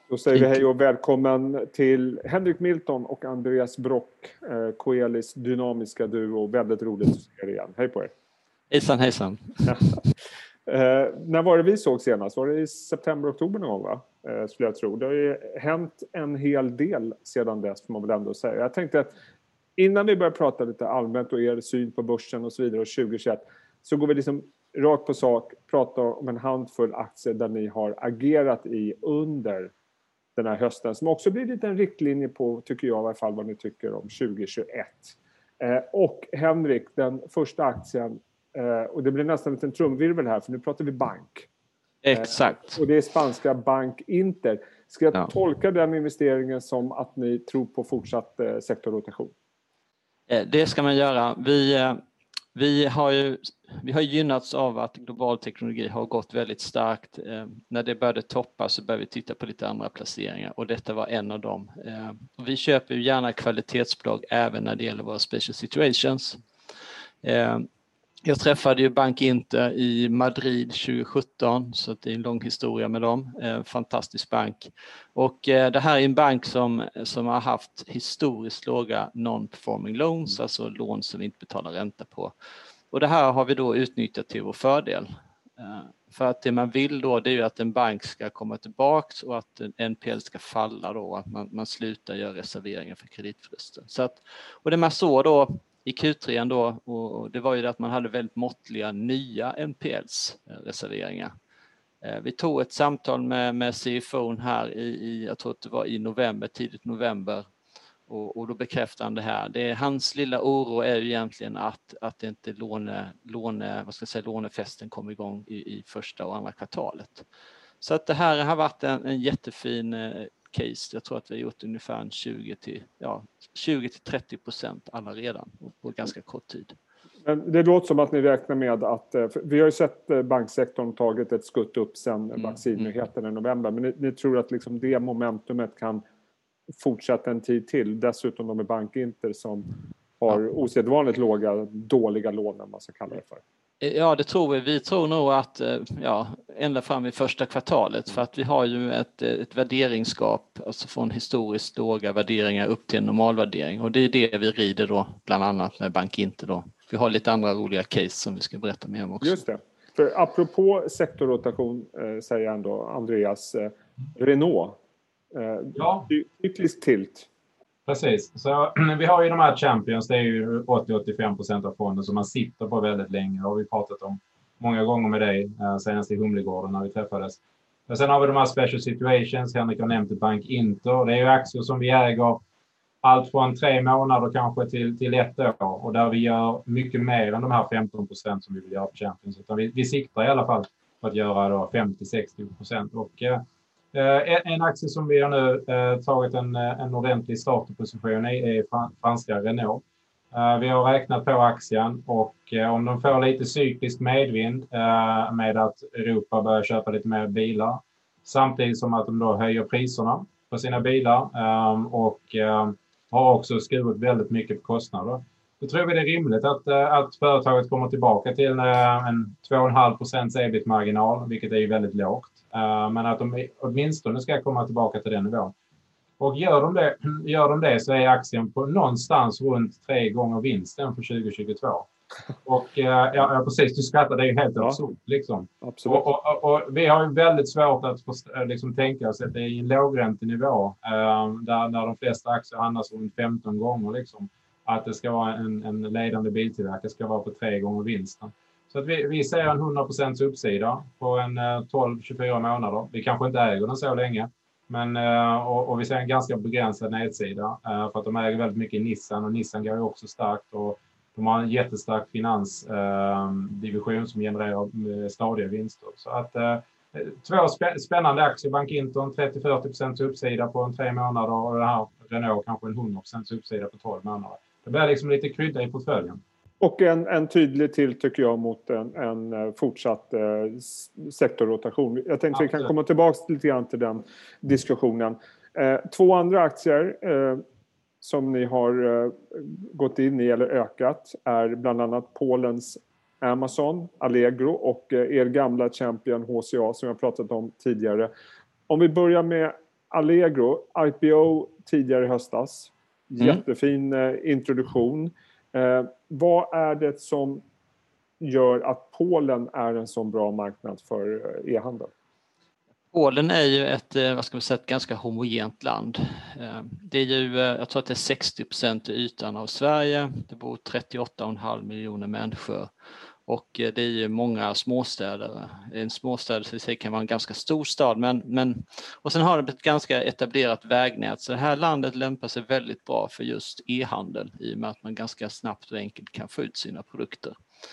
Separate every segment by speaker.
Speaker 1: Då säger vi hej och välkommen till Henrik Milton och Andreas Brock, Coelis dynamiska duo. Väldigt roligt att se er igen. Hej på er.
Speaker 2: Hejsan, hejsan.
Speaker 1: När var det vi såg senast? Var det i september, oktober någon gång, va? Skulle jag tro. Det har ju hänt en hel del sedan dess, får man väl ändå säga. Jag tänkte att innan vi börjar prata lite allmänt och er syn på börsen och så vidare och 2021, så går vi liksom rakt på sak, prata om en handfull aktier där ni har agerat i under den här hösten, som också blir lite en riktlinje på, tycker jag i alla fall, vad ni tycker om 2021. Och Henrik, den första aktien, och det blir nästan en liten trumvirvel här, för nu pratar vi bank.
Speaker 2: Exakt.
Speaker 1: Och det är spanska Bank Inter. Ska jag tolka den investeringen som att ni tror på fortsatt sektorrotation?
Speaker 2: Det ska man göra. Vi har gynnats av att global teknologi har gått väldigt starkt. När det började toppa så började vi titta på lite andra placeringar, och detta var en av dem. Vi köper ju gärna kvalitetsbolag även när det gäller våra special situations. Jag träffade ju Bank Inter i Madrid 2017, så det är en lång historia med dem. Fantastisk bank. Och det här är en bank som har haft historiskt låga non-performing loans, alltså lån som vi inte betalar ränta på. Och det här har vi då utnyttjat till vår fördel. För att det man vill då, det är ju att en bank ska komma tillbaka och att NPL ska falla då, att man slutar göra reserveringar för kreditförluster. Så att, och det man såg då i Q3 då, och det var ju det att man hade väldigt måttliga nya NPLs-reserveringar. Vi tog ett samtal med CFO här jag tror att det var i november, tidigt november, och då bekräftade han det här. Hans lilla oro är ju egentligen att inte lånefesten kommer igång i första och andra kvartalet. Så att det här har varit en jättefin case. Jag tror att vi har gjort ungefär 20-30% alla redan på ganska kort tid.
Speaker 1: Men det låter som att ni räknar med att, vi har ju sett banksektorn tagit ett skutt upp sedan vaccinnyheten i november, men ni tror att liksom det momentumet kan fortsätta en tid till. Dessutom de är Bank Inter som har osedvanligt låga, dåliga lån, man ska kalla det för.
Speaker 2: Ja, det tror vi. Vi tror nog att ända fram i första kvartalet, för att vi har ju ett värderingsgap, alltså från historiskt låga värderingar upp till en normalvärdering, och det är det vi rider då bland annat med Bank Inter då. Vi har lite andra roliga case som vi ska berätta mer om också.
Speaker 1: Just det. För apropå sektorrotation säger ändå Andreas, Renault. Cyklisk tilt.
Speaker 3: Precis. Så vi har ju de här Champions, det är ju 80-85% av fonden som man sitter på väldigt länge. Det har vi pratat om många gånger med dig, senast i Humlegården när vi träffades. Och sen har vi de här special situations, Henrik har nämnt Bank Inter. Det är ju aktier som vi äger allt från 3 månader kanske till 1 år. Och där vi gör mycket mer än de här 15% som vi vill göra på Champions. Utan vi siktar i alla fall på att göra då 50-60%. Och en aktie som vi har nu tagit en ordentlig startposition i är franska Renault. Vi har räknat på aktien, och om de får lite cyklisk medvind med att Europa börjar köpa lite mer bilar, samtidigt som att de då höjer priserna på sina bilar och har också skurit väldigt mycket på kostnader. Då tror vi det är rimligt att företaget kommer tillbaka till en 2,5% EBIT-marginal, vilket är ju väldigt lågt. Men att de åtminstone ska komma tillbaka till den nivån. Och gör de det så är aktien på någonstans runt 3 gånger vinsten för 2022. Och precis, du skrattar, det är ju helt absurt liksom.
Speaker 1: Absolut.
Speaker 3: Och vi har ju väldigt svårt att liksom tänka oss att det är en lågräntenivå där de flesta aktier handlas runt 15 gånger liksom. Att det ska vara en ledande biltillverkare ska vara på 3 gånger vinsten. Så att vi ser en 100% uppsida på en 12-24 månader. Vi kanske inte äger den så länge. Men, och vi ser en ganska begränsad nedsida. För att de äger väldigt mycket i Nissan. Och Nissan går ju också starkt. Och de har en jättestark finansdivision som genererar stadiga vinster. Så att 2 spännande aktier. Bank Inter 30-40% uppsida på en 3 månader. Och det här Renault kanske en 100% uppsida på 12 månader. Det blir liksom lite krydda i portföljen.
Speaker 1: Och en tydlig till, tycker jag, mot en fortsatt sektorrotation. Jag tänkte att vi kan komma tillbaka lite grann till den diskussionen. 2 andra aktier som ni har gått in i eller ökat är bland annat Polens Amazon, Allegro och er gamla champion HCA som jag pratat om tidigare. Om vi börjar med Allegro, IPO tidigare i höstas. Jättefin introduktion. Vad är det som gör att Polen är en så bra marknad för e-handel?
Speaker 2: Polen är ju ett ganska homogent land. Det är ju, jag tror att det är 60% i ytan av Sverige. Det bor 38,5 miljoner människor. Och det är ju många småstäder. En småstad så det kan vara en ganska stor stad. Och sen har det ett ganska etablerat vägnät. Så det här landet lämpar sig väldigt bra för just e-handel. I och med att man ganska snabbt och enkelt kan få ut sina produkter.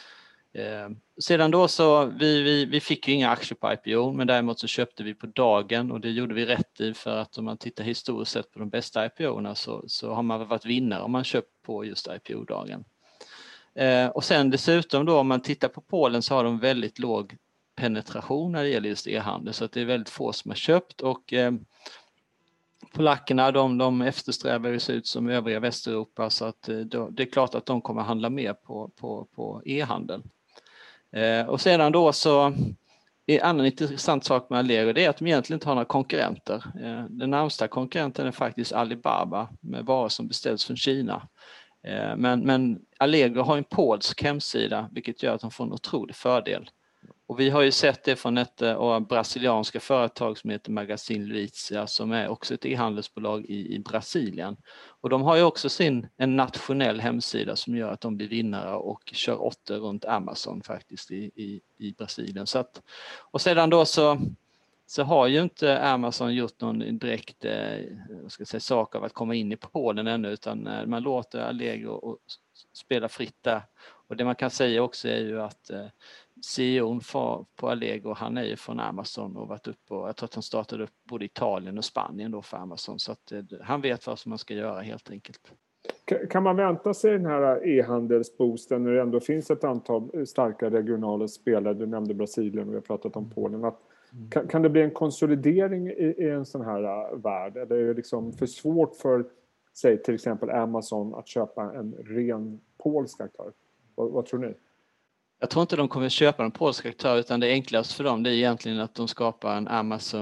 Speaker 2: Sedan då så, vi fick ju inga aktier på IPO, men däremot så köpte vi på dagen och det gjorde vi rätt i, för att om man tittar historiskt sett på de bästa IPO-erna så har man varit vinnare om man köpt på just IPO-dagen. Och sen dessutom då om man tittar på Polen så har de väldigt låg penetration när det gäller just e-handel, så att det är väldigt få som har köpt, och polackerna de eftersträvar ju se ut som övriga Västeuropa, så att det är klart att de kommer handla mer på e-handel. Och sedan då så är en annan intressant sak med Allegro, det är att de egentligen inte har några konkurrenter. Den närmsta konkurrenten är faktiskt Alibaba med varor som beställs från Kina. Men Allegro har en polsk hemsida, vilket gör att de får en otrolig fördel. Och vi har ju sett det från ett brasilianska företag som heter Magazine Luiza, som är också ett e-handelsbolag i Brasilien. Och de har ju också en nationell hemsida som gör att de blir vinnare och kör åter runt Amazon faktiskt i Brasilien. Så att, och sedan då så har ju inte Amazon gjort någon direkt sak av att komma in i Polen ännu, utan man låter Allegro spela fritt där. Och det man kan säga också är ju att CEO:n på Allegro, han är ju från Amazon och varit upp, och jag tror att han startade upp både Italien och Spanien då för Amazon, så att han vet vad som man ska göra helt enkelt.
Speaker 1: Kan man vänta sig den här e-handelsboosten när det ändå finns ett antal starka regionala spelare? Du nämnde Brasilien och vi har pratat om Polen. Kan det bli en konsolidering i en sån här värld? Eller är det liksom för svårt för, säg till exempel Amazon, att köpa en ren polsk aktör? Vad tror ni?
Speaker 2: Jag tror inte de kommer köpa en polsk aktör, utan det enklaste för dem det är egentligen att de skapar en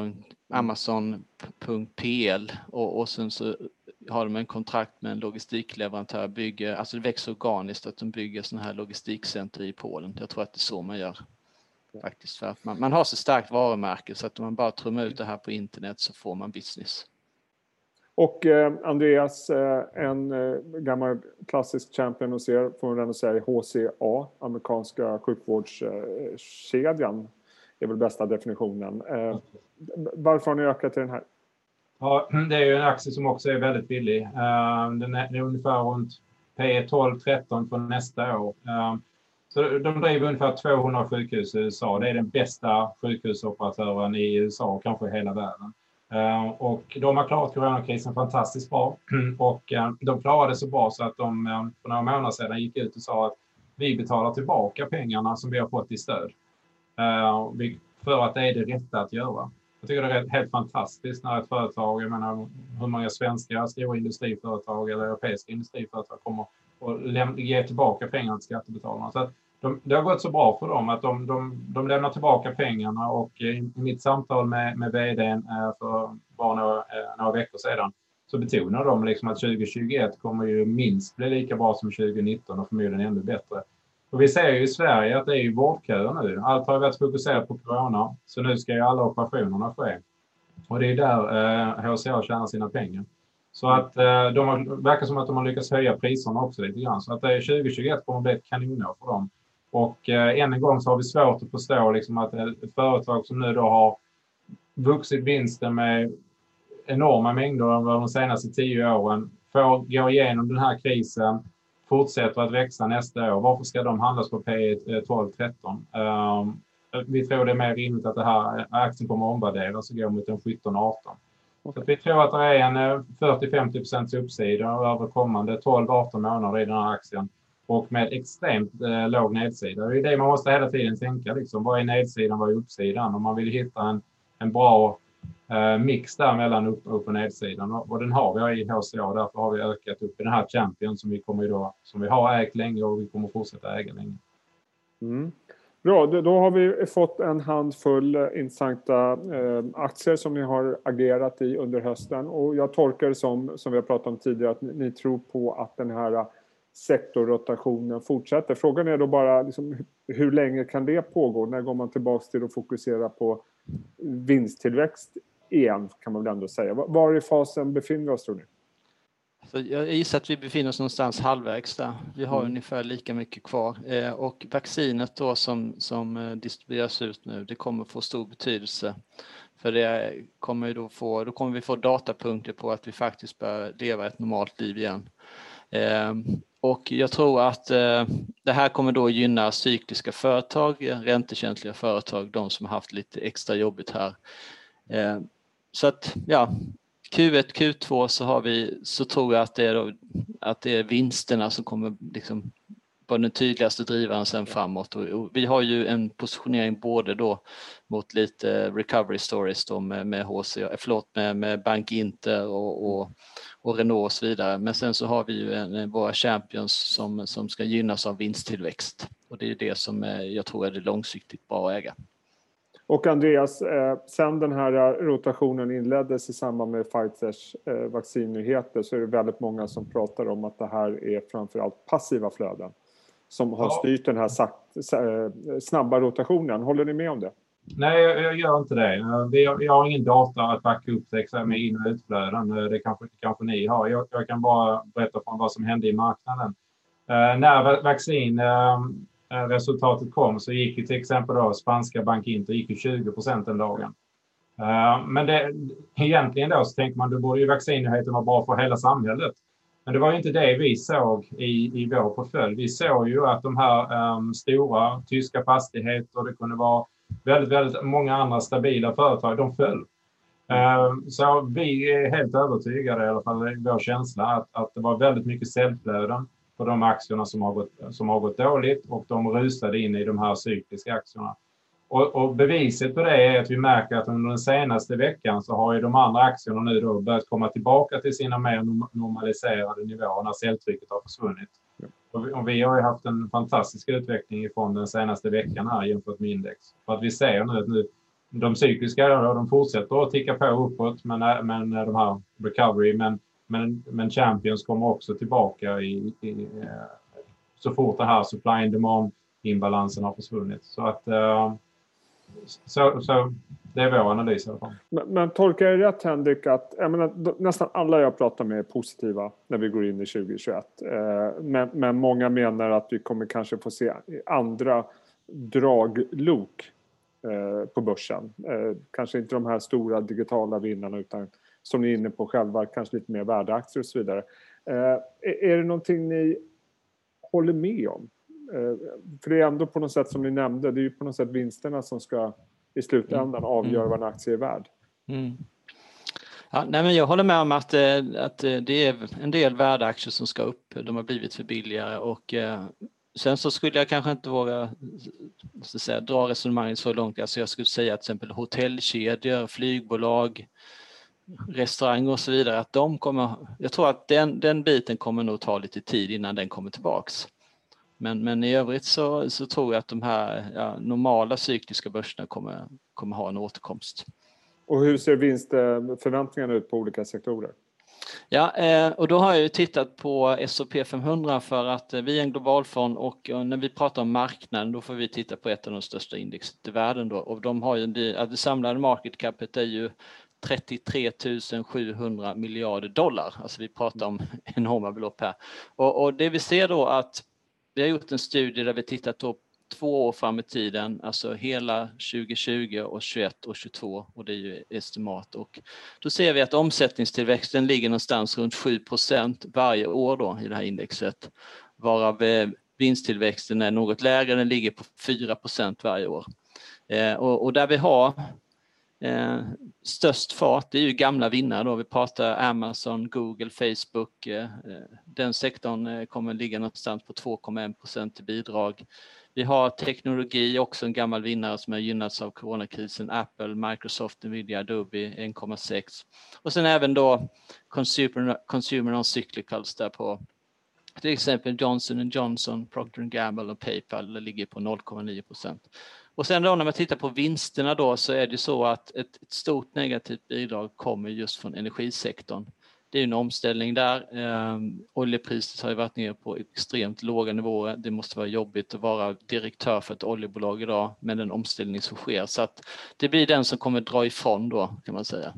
Speaker 2: Amazon.pl och sen så har de en kontrakt med en logistikleverantör, alltså det växer organiskt att de bygger sådana här logistikcenter i Polen. Jag tror att det är så man gör faktiskt, för att man har så starkt varumärke så att om man bara trummar ut det här på internet så får man business.
Speaker 1: Och Andreas, en gammal klassisk champion hos er, får man ändå säga, HCA, amerikanska sjukvårdskedjan, är väl bästa definitionen. Varför har ni ökat till den här?
Speaker 3: Ja, det är ju en aktie som också är väldigt billig. Den är ungefär runt P 12-13 för nästa år. Så de driver ungefär 200 sjukhus i USA. Det är den bästa sjukhusoperatören i USA och kanske i hela världen. Och de har klarat coronakrisen fantastiskt bra. Och de klarade så bra så att de för några månader sedan gick ut och sa att vi betalar tillbaka pengarna som vi har fått i stöd. För att det är det rätta att göra. Jag tycker det är helt fantastiskt när ett företag, jag menar hur många svenska stora industriföretag eller europeiska industriföretag kommer och ge tillbaka pengarna till skattebetalarna. Så att det har gått så bra för dem att de lämnar tillbaka pengarna, och i mitt samtal med vdn för bara några veckor sedan så betonar de liksom att 2021 kommer ju minst bli lika bra som 2019 och förmodligen ännu bättre. Och vi ser ju i Sverige att det är ju vårdköer nu. Allt har varit fokuserat på corona, så nu ska ju alla operationerna ske. Och det är där HCA tjänar sina pengar. Så att verkar som att de har lyckats höja priserna också lite grann. Så att 2021 kommer att bli ett kanonår för dem. Och än en gång så har vi svårt att förstå liksom att ett företag som nu då har vuxit vinsten med enorma mängder över de senaste 10 åren får gå igenom den här krisen, fortsätter att växa nästa år. Varför ska de handlas på P 12-13? Vi tror det är mer rimligt att det här aktien kommer att omvärderas och gå mot en 17-18. Så vi tror att det är en 40-50% uppsida över kommande 12-18 månader i den här aktien. Och med extremt låg nedsida. Det är det man måste hela tiden tänka. Liksom. Vad är nedsidan, vad är uppsidan? Om man vill hitta en bra mix där mellan upp och nedsidan. Och den har vi i HCA. Därför har vi ökat upp i den här champion som vi har ägt länge och vi kommer fortsätta äga länge.
Speaker 1: Bra, då har vi fått en handfull intressanta aktier som ni har agerat i under hösten. Och jag tolkar det som vi har pratat om tidigare, att ni tror på att den här sektorrotationen fortsätter. Frågan är då bara liksom, hur länge kan det pågå? När går man tillbaka till att fokusera på vinsttillväxt igen, kan man väl ändå säga. Var i fasen befinner vi oss, tror ni?
Speaker 2: Så jag gissar att vi befinner oss någonstans halvvägs där. Vi har ungefär lika mycket kvar. Och vaccinet då som distribueras ut nu, det kommer få stor betydelse. För det kommer ju då kommer vi få datapunkter på att vi faktiskt bör leva ett normalt liv igen. Och jag tror att det här kommer då gynna cykliska företag, räntekänsliga företag, de som har haft lite extra jobbigt här. Så att ja, Q1, Q2 så tror jag att det är vinsterna som kommer liksom vara den tydligaste drivaren sen framåt. Och vi har ju en positionering både då mot lite recovery stories då med Bank Inter och Renault och så vidare. Men sen så har vi ju våra champions som ska gynnas av vinsttillväxt. Och det är det som jag tror är det långsiktigt bra att äga.
Speaker 1: Och Andreas, sen den här rotationen inleddes i samband med Pfizers vaccinnyheter, så är det väldigt många som pratar om att det här är framförallt passiva flöden som har styrt den här snabba rotationen. Håller ni med om det?
Speaker 3: Nej, jag gör inte det. Jag har ingen data att backa upp det med in- och utflöden. Det kanske ni har. Jag kan bara berätta om vad som hände i marknaden. När vaccinresultatet kom så gick ju till exempel då spanska Bank Inter gick ju 20% den dagen. Men egentligen då så tänker man då borde ju vaccinnyheten vara bra för hela samhället. Men det var ju inte det vi såg i vår portfölj. Vi såg ju att de här stora tyska fastigheter och det kunde vara väldigt, väldigt många andra stabila företag, de föll. Så vi är helt övertygade, i alla fall i vår känsla, att det var väldigt mycket säljflöden på de aktierna som har gått dåligt och de rusade in i de här cykliska aktierna. Och beviset på det är att vi märker att under den senaste veckan så har ju de andra aktierna nu då börjat komma tillbaka till sina mer normaliserade nivåer när säljtrycket har försvunnit. Och vi har ju haft en fantastisk utveckling ifrån den senaste veckan här jämfört med index. För att vi ser nu att de cykliska de fortsätter att ticka på uppåt, men de här recovery, men champions kommer också tillbaka så fort det här supply and demand imbalansen har försvunnit. Så att så det är vår analys i alla fall.
Speaker 1: Men tolkar jag rätt, Henrik, att nästan alla jag pratar med är positiva när vi går in i 2021. Men många menar att vi kommer kanske få se andra draglok på börsen. Kanske inte de här stora digitala vinnarna, utan som ni är inne på själva, kanske lite mer värdeaktier och så vidare. Är det någonting ni håller med om? För det är ändå på något sätt som ni nämnde, det är ju på något sätt vinsterna som ska i slutändan avgöra vad en aktie är värd.
Speaker 2: Ja, nej, men jag håller med om att det är en del värdeaktier som ska upp. De har blivit för billigare och sen så skulle jag kanske inte våga dra resonemanget så långt. Alltså jag skulle säga att till exempel hotellkedjor, flygbolag, restauranger och så vidare, att jag tror att den biten kommer nog ta lite tid innan den kommer tillbaks. Men i övrigt så tror jag att de här normala cykliska börserna kommer ha en återkomst.
Speaker 1: Och hur ser vinstförväntningarna ut på olika sektorer?
Speaker 2: Ja, och då har jag ju tittat på S&P 500 för att vi är en globalfond och när vi pratar om marknaden då får vi titta på ett av de största indexet i världen då. Och de har ju det samlade market capet är ju 33 700 miljarder dollar. Alltså vi pratar om enorma belopp här. Och det vi ser då att vi har gjort en studie där vi tittat på 2 år fram i tiden, alltså hela 2020 och 21 och 22 och det är ju estimat. Och då ser vi att omsättningstillväxten ligger någonstans runt 7% varje år då i det här indexet. Varav vinsttillväxten är något lägre, den ligger på 4% varje år. Och där vi har störst fart, det är ju gamla vinnare då. Vi pratar Amazon, Google, Facebook. Den sektorn kommer ligga någonstans på 2,1% i bidrag. Vi har teknologi, också en gammal vinnare som har gynnats av coronakrisen. Apple, Microsoft, Nvidia, Adobe 1,6. Och sen även då consumer non-cyclicals där på Till exempel Johnson & Johnson, Procter & Gamble och PayPal ligger på 0,9%. Och sen då när man tittar på vinsterna då, så är det så att ett stort negativt bidrag kommer just från energisektorn. Det är en omställning där. Oljepriset har ju varit ner på extremt låga nivåer. Det måste vara jobbigt att vara direktör för ett oljebolag idag med den omställning som sker. Så att det blir den som kommer dra ifrån då, kan man säga.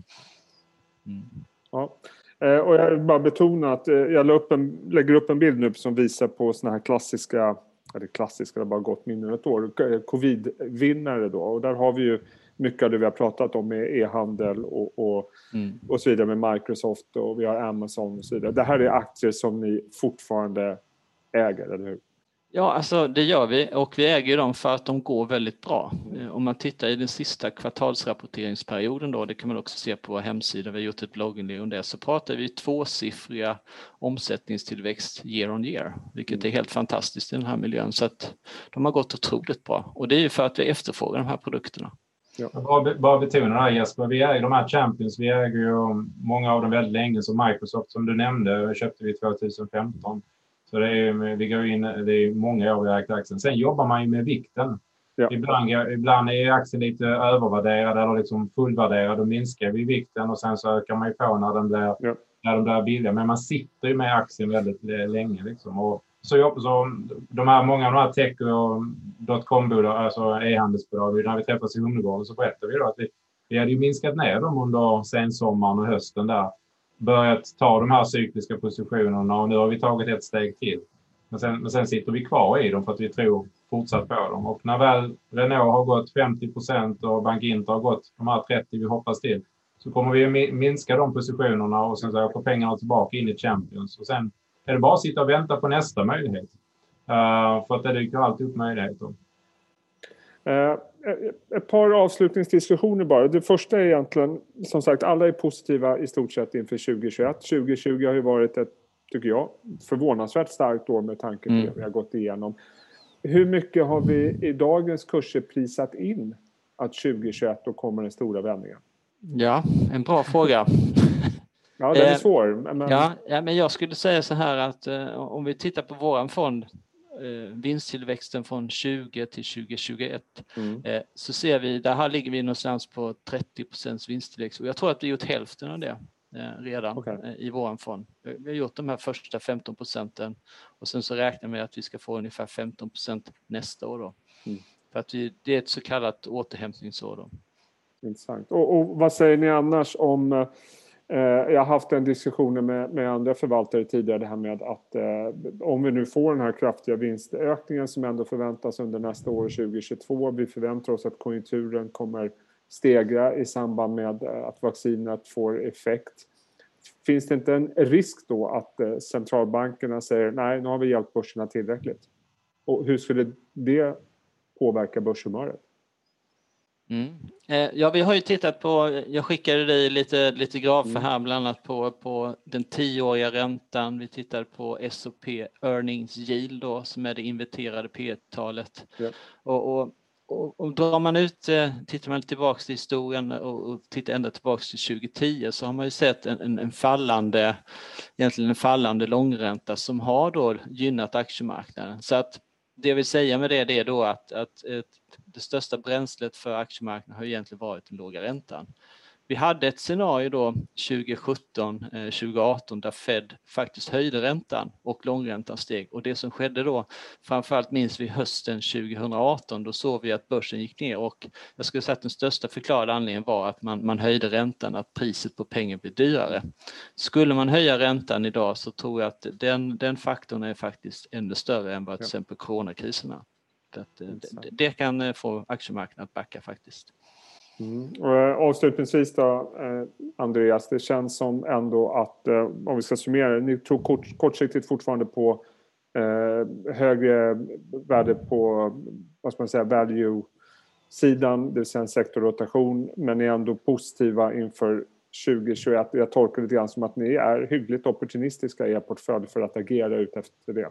Speaker 1: Ja. Och jag vill bara betona att jag lägger upp en bild nu som visar på såna här klassiska, det har bara gått mindre än ett år, covid-vinnare då. Och där har vi ju mycket av det vi har pratat om med e-handel och så vidare, med Microsoft, och vi har Amazon och så vidare. Det här är aktier som ni fortfarande äger, eller hur?
Speaker 2: Ja, alltså det gör vi, och vi äger dem för att de går väldigt bra. Om man tittar i den sista kvartalsrapporteringsperioden då, det kan man också se på vår hemsida, vi har gjort ett blogginlägg om det, så pratar vi 2-siffriga omsättningstillväxt year on year, vilket är helt fantastiskt i den här miljön, så att de har gått otroligt bra, och det är ju för att vi efterfrågar de här produkterna.
Speaker 3: Ja. Bara betona här, Jesper, vi äger de här Champions, vi äger ju många av dem väldigt länge, som Microsoft som du nämnde, köpte vi 2015. Så det är, vi går in, det är många år vi har ägt aktien. Sen jobbar man ju med vikten. Ja. Ibland är aktien lite övervärderad eller liksom fullvärderad, och minskar vi vikten, och sen så ökar man ju på när den blir billiga. Men man sitter ju med aktien väldigt länge liksom. Och så många av de här tech och .com-bolag, alltså e-handelsbolag, när vi träffas i Humlegården så berättar vi då att vi hade ju minskat ner dem under sensommaren och hösten där. Börjat ta de här cykliska positionerna, och nu har vi tagit ett steg till. Men sen sitter vi kvar i dem för att vi tror fortsatt på dem. Och när väl Renault har gått 50% och Bank Inter har gått de här 30% vi hoppas till, så kommer vi minska de positionerna, och sen så åker pengarna tillbaka in i Champions. Och sen är det bara att sitta och vänta på nästa möjlighet. För att det dyker alltid upp möjligheter.
Speaker 1: Ett par avslutningsdiskussioner bara. Det första är egentligen, som sagt, alla är positiva i stort sett inför 2021. 2020 har ju varit ett, tycker jag, förvånansvärt starkt år med tanke på det vi har gått igenom. Hur mycket har vi i dagens kurser prisat in att 2021 då kommer den stora vändningen?
Speaker 2: Ja, en bra fråga.
Speaker 1: Ja, den är svår.
Speaker 2: Men... Ja, men jag skulle säga så här att om vi tittar på våran fond, vinsttillväxten från 20 till 2021, så ser vi, där ligger vi någonstans på 30% vinsttillväxt, och jag tror att vi har gjort hälften av det redan i våran fond. Vi har gjort de här första 15%, och sen så räknar vi med att vi ska få ungefär 15% nästa år då. För att det är ett så kallat återhämtningsår då.
Speaker 1: Intressant. Och vad säger ni annars om... Jag har haft en diskussion med andra förvaltare tidigare, det här med att om vi nu får den här kraftiga vinstökningen som ändå förväntas under nästa år 2022, vi förväntar oss att konjunkturen kommer stegra i samband med att vaccinet får effekt. Finns det inte en risk då att centralbankerna säger nej, nu har vi hjälpt börserna tillräckligt? Och hur skulle det påverka börshumöret?
Speaker 2: Ja, vi har ju tittat på, jag skickade dig lite grafer här, bland annat på den 10-åriga räntan. Vi tittade på S&P Earnings Yield då, som är det inverterade P/talet. Ja. Och drar man ut, tittar man tillbaka till historien och tittar ända tillbaka till 2010, så har man ju sett en fallande långränta som har då gynnat aktiemarknaden. Så att det jag vill säga med det är då att det största bränslet för aktiemarknaden har egentligen varit den låga räntan. Vi hade ett scenario då 2017-2018 där Fed faktiskt höjde räntan och långräntan steg. Och det som skedde då, framförallt minns vi hösten 2018, då såg vi att börsen gick ner, och jag skulle säga att den största förklarade anledningen var att man höjde räntan, att priset på pengar blir dyrare. Skulle man höja räntan idag så tror jag att den faktorn är faktiskt ännu större än vad till exempel coronakriserna. Det kan få aktiemarknaden att backa faktiskt.
Speaker 1: Och avslutningsvis då, Andreas, det känns som ändå att om vi ska summera, ni tror kortsiktigt fortfarande på högre värde på, vad ska man säga, value-sidan, det vill säga en sektorrotation, men ni är ändå positiva inför 2021. Jag tolkar det lite grann som att ni är hyggligt opportunistiska i er portfölj för att agera ut efter det.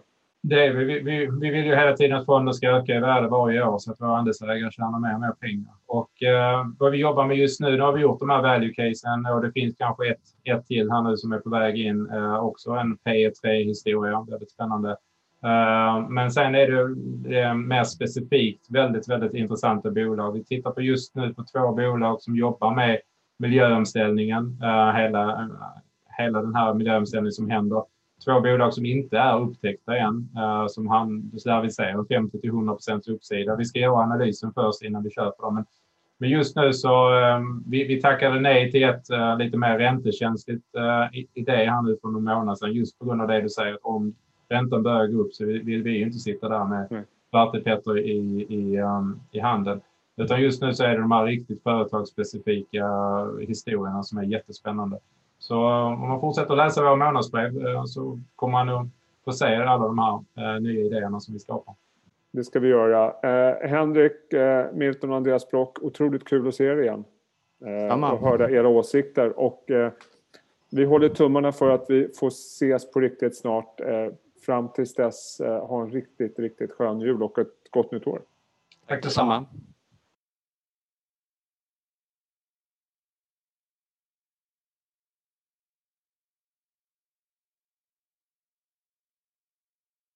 Speaker 3: Vi vill ju hela tiden att fonden ska öka i värde varje år så att våra andelsägare tjänar mer och mer pengar. Och vad vi jobbar med just nu, då har vi gjort de här value-casen och det finns kanske ett till här nu som är på väg in. Också en P3-historia, väldigt spännande. Men sen är det mer specifikt väldigt, väldigt intressanta bolag. Vi tittar på just nu på 2 bolag som jobbar med miljöomställningen. Hela den här miljöomställningen som händer. 2 bolag som inte är upptäckta än. Där vi säger 50-100% uppsida. Vi ska göra analysen först innan vi köper dem. Men just nu så vi tackade nej till ett lite mer räntekänsligt idé här nu för några månader sedan. Just på grund av det du säger, att om räntan börjar gå upp så vill vi inte sitta där med svartepetter i handen. Utan just nu så är det de här riktigt företagsspecifika historierna som är jättespännande. Så om man fortsätter läsa våra månadsbrev så kommer man att få se alla de här nya idéerna som vi skapar.
Speaker 1: Det ska vi göra. Henrik, Milton och Andreas Block, otroligt kul att se er igen. Och höra era åsikter. Och vi håller tummarna för att vi får ses på riktigt snart. Fram tills dess, ha en riktigt, riktigt skön jul och ett gott nytt år.
Speaker 3: Tack detsamma.